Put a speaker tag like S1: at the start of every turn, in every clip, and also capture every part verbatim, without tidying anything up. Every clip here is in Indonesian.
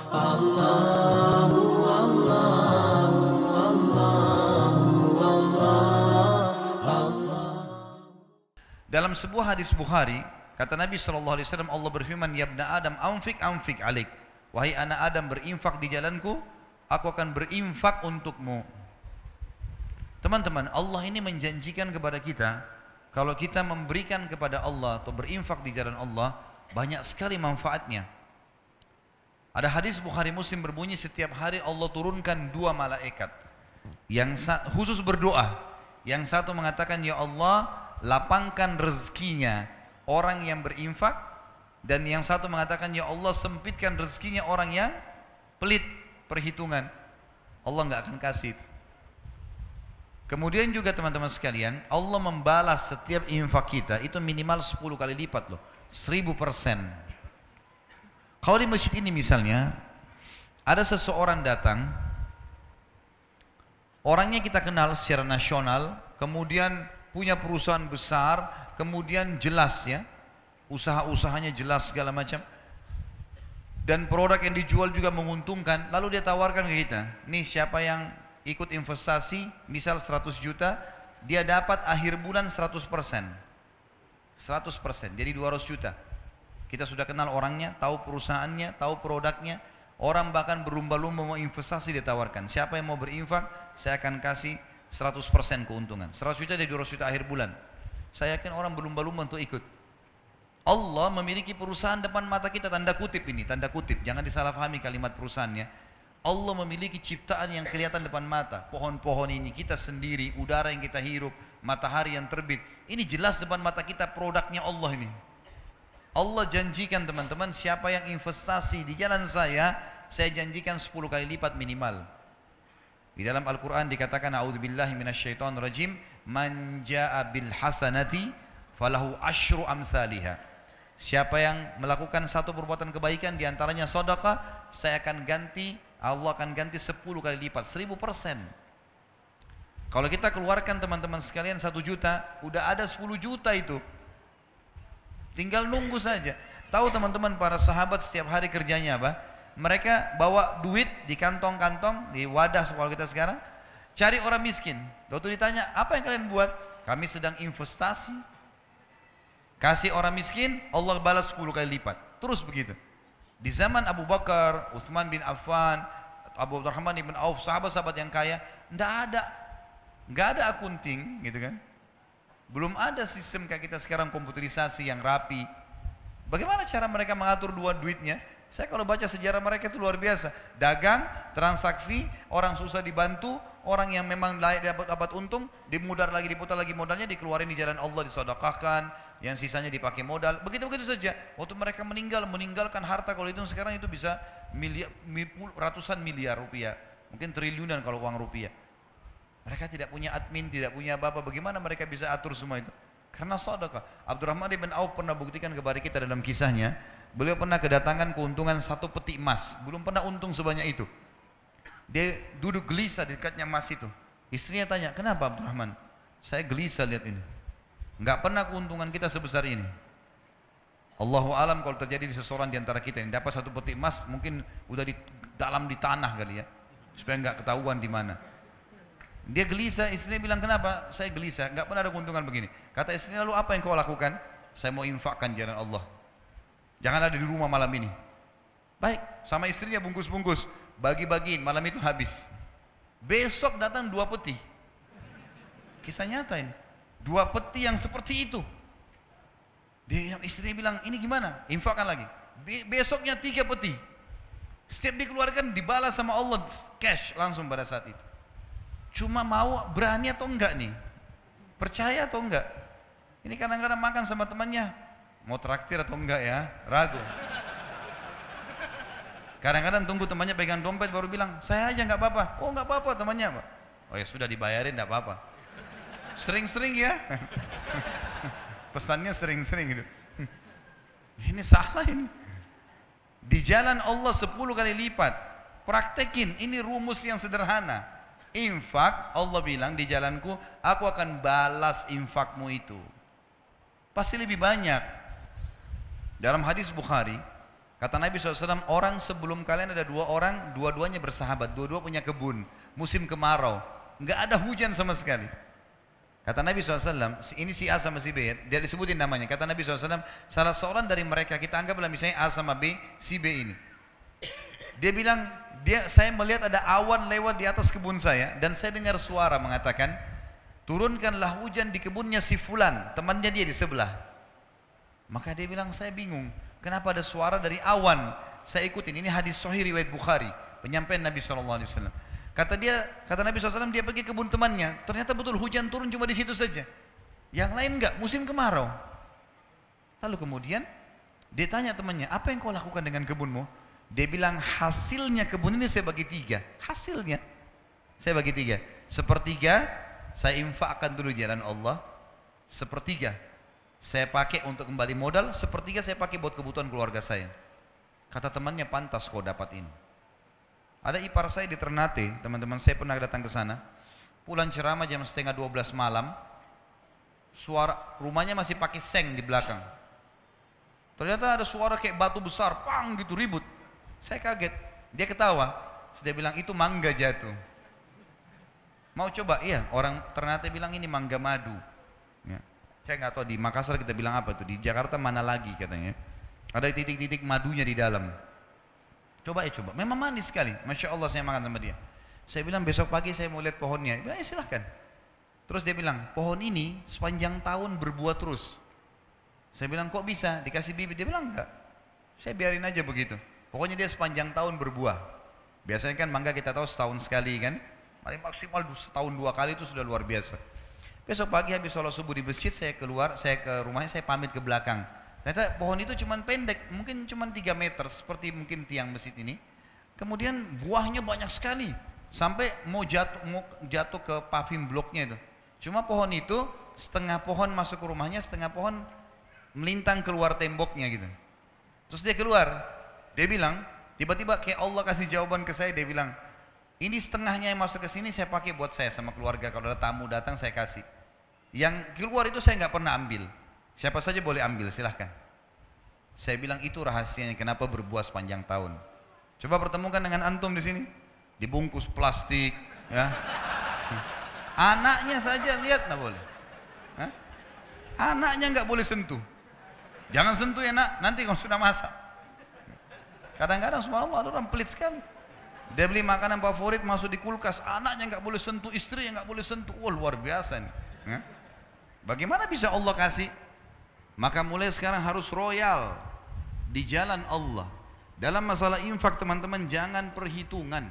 S1: Allahu Allahu Allahu Allah.
S2: Dalam sebuah hadis Bukhari, kata Nabi shallallahu alaihi wasallam, Allah berfirman, ya ibna Adam, anfik anfik alik. Wahai anak Adam, berinfak di jalanku, aku akan berinfak untukmu. Teman-teman, Allah ini menjanjikan kepada kita, kalau kita memberikan kepada Allah atau berinfak di jalan Allah, banyak sekali manfaatnya. Ada hadis Bukhari Muslim berbunyi, setiap hari Allah turunkan dua malaikat yang khusus berdoa. Yang satu mengatakan, ya Allah, lapangkan rezekinya orang yang berinfak, dan yang satu mengatakan, ya Allah, sempitkan rezekinya orang yang pelit perhitungan. Allah nggak akan kasih. Kemudian juga teman-teman sekalian, Allah membalas setiap infak kita itu minimal sepuluh kali lipat loh, seribu persen. Kalau di masjid ini misalnya ada seseorang datang, orangnya kita kenal secara nasional, kemudian punya perusahaan besar, kemudian jelas ya, usaha-usahanya jelas segala macam, dan produk yang dijual juga menguntungkan. Lalu dia tawarkan ke kita, nih siapa yang ikut investasi misal seratus juta, dia dapat akhir bulan seratus persen, seratus persen, jadi dua ratus juta. Kita sudah kenal orangnya, tahu perusahaannya, tahu produknya. Orang bahkan berlumba-lumba mau investasi, ditawarkan, siapa yang mau berinfak, saya akan kasih seratus persen keuntungan, seratus juta dari dua ratus juta akhir bulan. Saya yakin orang berlumba-lumba untuk ikut. Allah memiliki perusahaan depan mata kita, tanda kutip ini, tanda kutip, jangan disalahpahami kalimat perusahaannya. Allah memiliki ciptaan yang kelihatan depan mata. Pohon-pohon ini, kita sendiri, udara yang kita hirup, matahari yang terbit, ini jelas depan mata kita produknya Allah ini. Allah janjikan teman-teman, siapa yang investasi di jalan saya, saya janjikan sepuluh kali lipat minimal. Di dalam Al-Quran dikatakan, a'udzubillahi minasyaitonirrajim, man jaa bil hasanati falahu asyru amthaliha. Siapa yang melakukan satu perbuatan kebaikan, diantaranya sedekah, saya akan ganti, Allah akan ganti sepuluh kali lipat, seribu persen. Kalau kita keluarkan teman-teman sekalian satu juta, udah ada sepuluh juta itu. Tinggal nunggu saja. Tahu teman-teman, para sahabat setiap hari kerjanya apa? Mereka bawa duit di kantong-kantong, di wadah kalau kita sekarang, cari orang miskin. Waktu ditanya, apa yang kalian buat? Kami sedang investasi. Kasih orang miskin, Allah balas sepuluh kali lipat. Terus begitu. Di zaman Abu Bakar, Uthman bin Affan, Abu Abdurrahman bin Auf, sahabat-sahabat yang kaya, enggak ada, enggak ada akunting, gitu kan? Belum ada sistem kayak kita sekarang, komputerisasi yang rapi. Bagaimana cara mereka mengatur dua duitnya? Saya kalau baca sejarah mereka itu luar biasa. Dagang, transaksi, orang susah dibantu, orang yang memang layak dapat dapat untung, dimudar lagi, diputar lagi modalnya, dikeluarin di jalan Allah, disedekahkan, yang sisanya dipakai modal. Begitu-begitu saja. Waktu mereka meninggal, meninggalkan harta, kalau itu sekarang itu bisa miliar, ratusan miliar rupiah, mungkin triliunan kalau uang rupiah. Mereka tidak punya admin, tidak punya apa-apa. Bagaimana mereka bisa atur semua itu? Karena sedekah. Abdurrahman bin Auf pernah buktikan kepada kita dalam kisahnya. Beliau pernah kedatangan keuntungan satu peti emas, belum pernah untung sebanyak itu. Dia duduk gelisah di dekatnya emas itu. Istrinya tanya, kenapa Abdurrahman? Saya gelisah lihat ini. Enggak pernah keuntungan kita sebesar ini. Allahu alam kalau terjadi di seseorang di antara kita yang dapat satu peti emas, mungkin udah di dalam di tanah kali ya, supaya enggak ketahuan di mana. Dia gelisah, istrinya bilang, kenapa? Saya gelisah, enggak pernah ada keuntungan begini. Kata istrinya, lalu apa yang kau lakukan? Saya mau infakkan jalan Allah. Jangan ada di rumah malam ini. Baik, sama istrinya bungkus-bungkus, bagi-bagiin, malam itu habis. Besok datang dua peti. Kisah nyata ini. Dua peti yang seperti itu. Dia, istrinya bilang, ini gimana? Infakkan lagi. Be besoknya tiga peti. Setiap dikeluarkan dibalas sama Allah cash langsung pada saat itu. Cuma mau berani atau enggak nih? Percaya atau enggak? Ini kadang-kadang makan sama temannya, mau traktir atau enggak ya? Ragu. Kadang-kadang tunggu temannya pegang dompet baru bilang, saya aja enggak apa-apa. Oh enggak apa-apa temannya, Pak. Oh ya sudah dibayarin enggak apa-apa. Sering-sering ya. Pesannya sering-sering gitu. Ini salah ini. Di jalan Allah sepuluh kali lipat. Praktekin, ini rumus yang sederhana. Infak, Allah bilang di jalanku, aku akan balas infakmu itu. Pasti lebih banyak. Dalam hadis Bukhari, Kata Nabi shallallahu alaihi wasallam, orang sebelum kalian ada dua orang, dua-duanya bersahabat, dua-dua punya kebun, musim kemarau, nggak ada hujan sama sekali. Kata Nabi shallallahu alaihi wasallam, ini si A sama si B, dia disebutin namanya. Kata Nabi shallallahu alaihi wasallam, salah seorang dari mereka, kita anggaplah misalnya A sama B, si B ini. Dia bilang, dia, saya melihat ada awan lewat di atas kebun saya, dan saya dengar suara mengatakan, turunkanlah hujan di kebunnya si Fulan, temannya dia di sebelah. Maka dia bilang, saya bingung, kenapa ada suara dari awan? Saya ikutin, ini hadis sahih riwayat Bukhari, penyampaian Nabi shallallahu alaihi wasallam. Kata dia, kata Nabi shallallahu alaihi wasallam, dia pergi ke kebun temannya, ternyata betul hujan turun cuma di situ saja. Yang lain enggak, musim kemarau. Lalu kemudian dia tanya temannya, apa yang kau lakukan dengan kebunmu? Dia bilang, hasilnya kebun ini saya bagi tiga. Hasilnya saya bagi tiga. Sepertiga saya infakkan dulu jalan Allah, sepertiga saya pakai untuk kembali modal, sepertiga saya pakai buat kebutuhan keluarga saya. Kata temannya, pantas kau dapat ini. Ada ipar saya di Ternate, teman-teman saya pernah datang ke sana. Pulang ceramah jam setengah dua belas malam, suara rumahnya masih pakai seng di belakang. Ternyata ada suara kayak batu besar, pang gitu, ribut. Saya kaget, dia ketawa. Dia bilang, itu mangga jatuh. Mau coba? Iya, orang Ternate bilang ini mangga madu. Ya. Saya nggak tahu di Makassar kita bilang apa tuh, di Jakarta mana lagi katanya. Ada titik-titik madunya di dalam. Coba ya coba, memang manis sekali. Masya Allah saya makan sama dia. Saya bilang besok pagi saya mau lihat pohonnya. Dia bilang, ya silahkan. Terus dia bilang, pohon ini sepanjang tahun berbuah terus. Saya bilang, kok bisa? Dikasih bibit? Dia bilang, enggak. Saya biarin aja begitu. Pokoknya dia sepanjang tahun berbuah. Biasanya kan mangga kita tahu setahun sekali kan. Paling maksimal setahun dua kali itu sudah luar biasa. Besok pagi habis sholat subuh di masjid, saya keluar, saya ke rumahnya, saya pamit ke belakang. Ternyata pohon itu cuma pendek, mungkin cuma tiga meter, seperti mungkin tiang masjid ini. Kemudian buahnya banyak sekali, sampai mau jatuh, mau jatuh ke paving bloknya itu. Cuma pohon itu, setengah pohon masuk ke rumahnya, setengah pohon melintang keluar temboknya gitu. Terus dia keluar, dia bilang, tiba-tiba kayak Allah kasih jawaban ke saya, dia bilang, ini setengahnya yang masuk ke sini saya pakai buat saya sama keluarga, kalau ada tamu datang saya kasih. Yang keluar itu saya nggak pernah ambil. Siapa saja boleh ambil, silahkan. Saya bilang itu rahasianya kenapa berbuah sepanjang tahun. Coba pertemukan dengan antum di sini, dibungkus plastik, ya. Anaknya saja lihat nggak boleh. Hah? Anaknya nggak boleh sentuh. Jangan sentuh ya nak, nanti kalau sudah masak. Kadang-kadang subhanallah ada orang pelit sekali. Dia beli makanan favorit masuk di kulkas, anaknya nggak boleh sentuh, istrinya nggak boleh sentuh. Wah luar biasa nih. Ya. Bagaimana bisa Allah kasih? Maka mulai sekarang harus royal di jalan Allah. Dalam masalah infak teman-teman jangan perhitungan.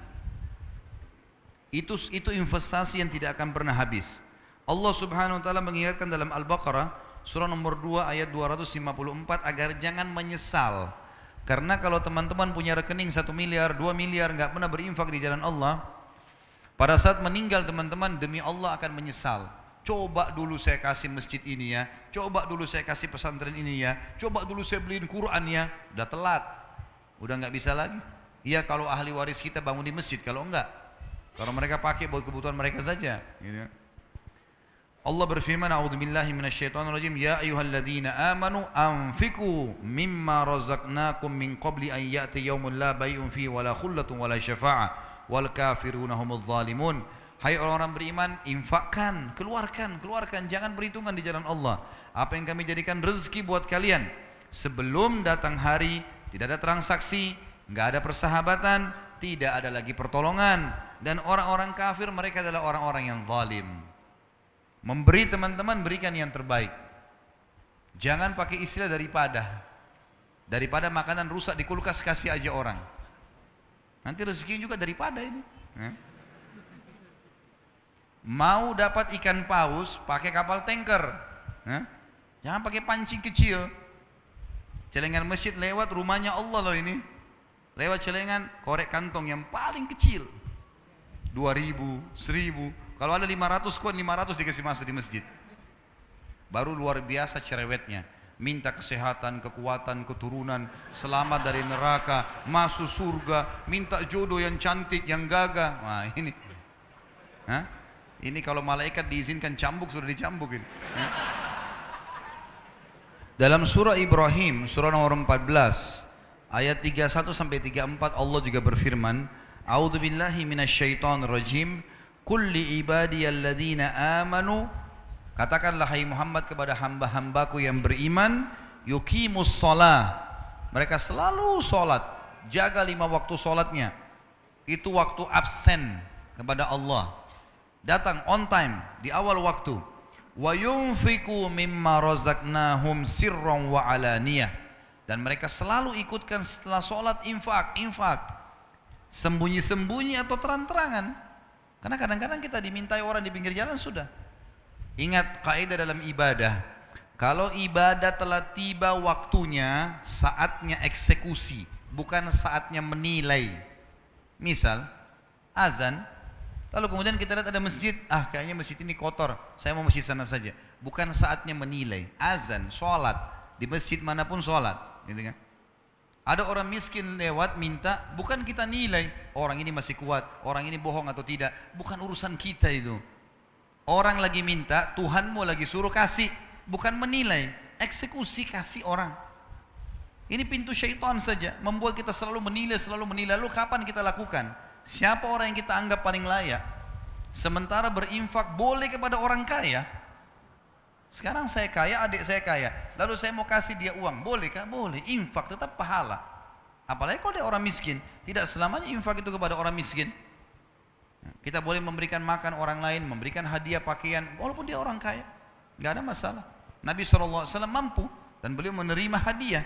S2: Itu itu investasi yang tidak akan pernah habis. Allah Subhanahu wa taala mengingatkan dalam Al-Baqarah surah nomor dua ayat dua ratus lima puluh empat agar jangan menyesal. Karena kalau teman-teman punya rekening satu miliar, dua miliar nggak pernah berinfak di jalan Allah, pada saat meninggal teman-teman demi Allah akan menyesal. Coba dulu saya kasih masjid ini ya, coba dulu saya kasih pesantren ini ya, coba dulu saya beliin Quran ya, udah telat, udah nggak bisa lagi. Iya kalau ahli waris kita bangun di masjid, kalau enggak, kalau mereka pakai buat kebutuhan mereka saja. Gitu. Allah berfirman, A'udzubillahi minasyaitonirrajim, ya ayyuhalladzina amanu anfiqu mimma razaqnakum min qabli an ya'ti yaumun la bai'un fihi wala khullatun wala syafa'ah wal kafiruna humudz zalimun. Hai orang-orang beriman, infakkan, keluarkan, keluarkan, jangan berhitungan di jalan Allah. Apa yang kami jadikan rezeki buat kalian. Sebelum datang hari, tidak ada transaksi, nggak ada persahabatan, tidak ada lagi pertolongan. Dan orang-orang kafir mereka adalah orang-orang yang zalim. Memberi teman-teman, berikan yang terbaik. Jangan pakai istilah daripada. Daripada makanan rusak di kulkas, kasih aja orang. Nanti rezeki juga daripada ini. Eh? Mau dapat ikan paus, pakai kapal tanker. Eh? Jangan pakai pancing kecil. Celengan masjid lewat rumahnya Allah loh ini. Lewat celengan, korek kantong yang paling kecil. Dua ribu, seribu. Kalau ada lima ratus koin, lima ratus dikasih masuk di masjid. Baru luar biasa cerewetnya. Minta kesehatan, kekuatan, keturunan, selamat dari neraka, masuk surga, minta jodoh yang cantik, yang gagah. Wah ini. Hah? Ini kalau malaikat diizinkan cambuk, sudah dicambuk ini. Hah? Dalam surah Ibrahim, surah nomor empat belas, Ayat tiga puluh satu sampai tiga puluh empat Allah juga berfirman, A'udzubillahi minasyaitonirrajim. Qul li ibadiyalladzina amanu, katakanlah hai Muhammad kepada hamba-hambaku yang beriman, yuqimus shalah, mereka selalu sholat, jaga lima waktu sholatnya. Itu waktu absen kepada Allah, datang on time di awal waktu. Wa yunfiqu mimma razaqnahum sirran wa alaniyah, dan mereka selalu ikutkan setelah sholat infak, infak sembunyi-sembunyi atau terang-terangan. Karena kadang-kadang kita dimintai orang di pinggir jalan sudah. Ingat kaidah dalam ibadah, kalau ibadah telah tiba waktunya, saatnya eksekusi, bukan saatnya menilai. Misal azan, lalu kemudian kita lihat ada masjid, ah kayaknya masjid ini kotor, saya mau masjid sana saja. Bukan saatnya menilai. Azan, sholat, di masjid manapun sholat, gitu kan? Ada orang miskin lewat minta, bukan kita nilai orang ini masih kuat, orang ini bohong atau tidak, bukan urusan kita itu. Orang lagi minta, Tuhanmu lagi suruh kasih, bukan menilai, eksekusi kasih orang. Ini pintu syaitan saja, membuat kita selalu menilai, selalu menilai. Lalu kapan kita lakukan? Siapa orang yang kita anggap paling layak? Sementara berinfak boleh kepada orang kaya. Sekarang saya kaya, adik saya kaya, lalu saya mau kasih dia uang, bolehkah? Boleh, infak tetap pahala. Apalagi kalau dia orang miskin, tidak selamanya infak itu kepada orang miskin. Kita boleh memberikan makan orang lain, memberikan hadiah pakaian, walaupun dia orang kaya, nggak ada masalah. Nabi shallallahu alaihi wasallam mampu dan beliau menerima hadiah.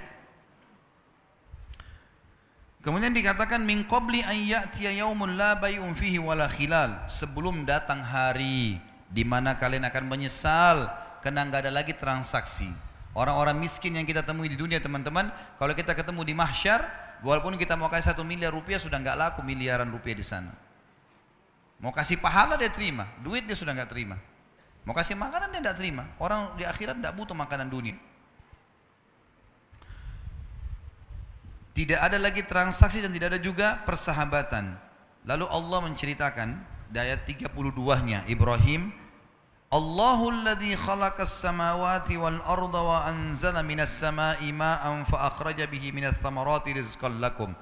S2: Kemudian dikatakan min qabli an ya'tiya yaumun la bay'un fihi wala khilal, sebelum datang hari di mana kalian akan menyesal karena nggak ada lagi transaksi. Orang-orang miskin yang kita temui di dunia teman-teman, kalau kita ketemu di mahsyar, walaupun kita mau kasih satu miliar rupiah sudah nggak laku miliaran rupiah di sana. Mau kasih pahala dia terima, duit dia sudah nggak terima. Mau kasih makanan dia nggak terima. Orang di akhirat nggak butuh makanan dunia. Tidak ada lagi transaksi dan tidak ada juga persahabatan. Lalu Allah menceritakan di ayat tiga puluh dua-nya Ibrahim, Allahul ladzi khalaqas samawati wal arda wa anzala minas sama'i ma'an fa akhraja bihi minats thamarati rizqan lakum.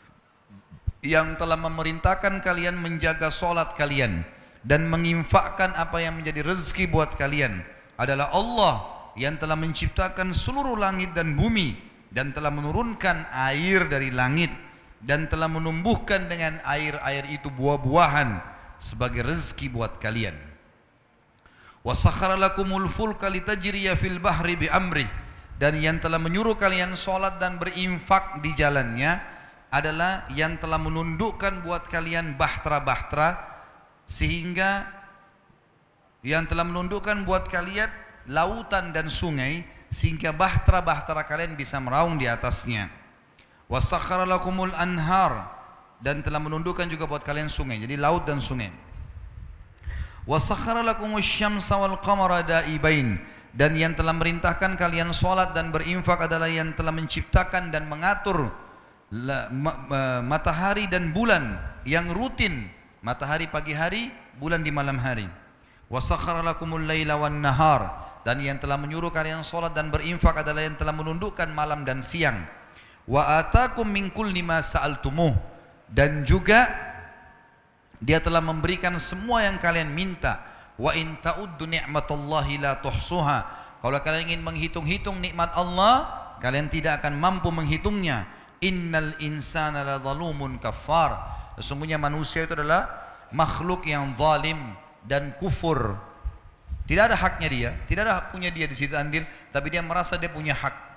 S2: Yang telah memerintahkan kalian menjaga solat kalian dan menginfakkan apa yang menjadi rezeki buat kalian adalah Allah yang telah menciptakan seluruh langit dan bumi dan telah menurunkan air dari langit dan telah menumbuhkan dengan air-air itu buah-buahan sebagai rezeki buat kalian. Wa sakhkhara lakumul fulka litajriya fil bahri bi amri, dan yang telah menyuruh kalian salat dan berinfak di jalannya adalah yang telah menundukkan buat kalian bahtera-bahtera, sehingga yang telah menundukkan buat kalian lautan dan sungai sehingga bahtera-bahtera kalian bisa meraung di atasnya. Wa sakhkhara lakumul anhar, dan telah menundukkan juga buat kalian sungai, jadi laut dan sungai. Wa sakhkhara lakumus syamsa wal qamara da'ibain, dan yang telah merintahkan kalian salat dan berinfak adalah yang telah menciptakan dan mengatur la, ma, ma, matahari dan bulan yang rutin, matahari pagi hari, bulan di malam hari. Wa sakhkhara lakumul laila wan nahar, dan yang telah menyuruh kalian salat dan berinfak adalah yang telah menundukkan malam dan siang. Wa atakum min kulli ma sa'altumuh, dan juga Dia telah memberikan semua yang kalian minta. Wa in ta'uddu ni'matallahi la tuhsuha, kalau kalian ingin menghitung-hitung nikmat Allah, kalian tidak akan mampu menghitungnya. Innal insana la zalumun kafar, sesungguhnya manusia itu adalah makhluk yang zalim dan kufur. Tidak ada haknya dia, tidak ada punya dia di situ andil, tapi dia merasa dia punya hak.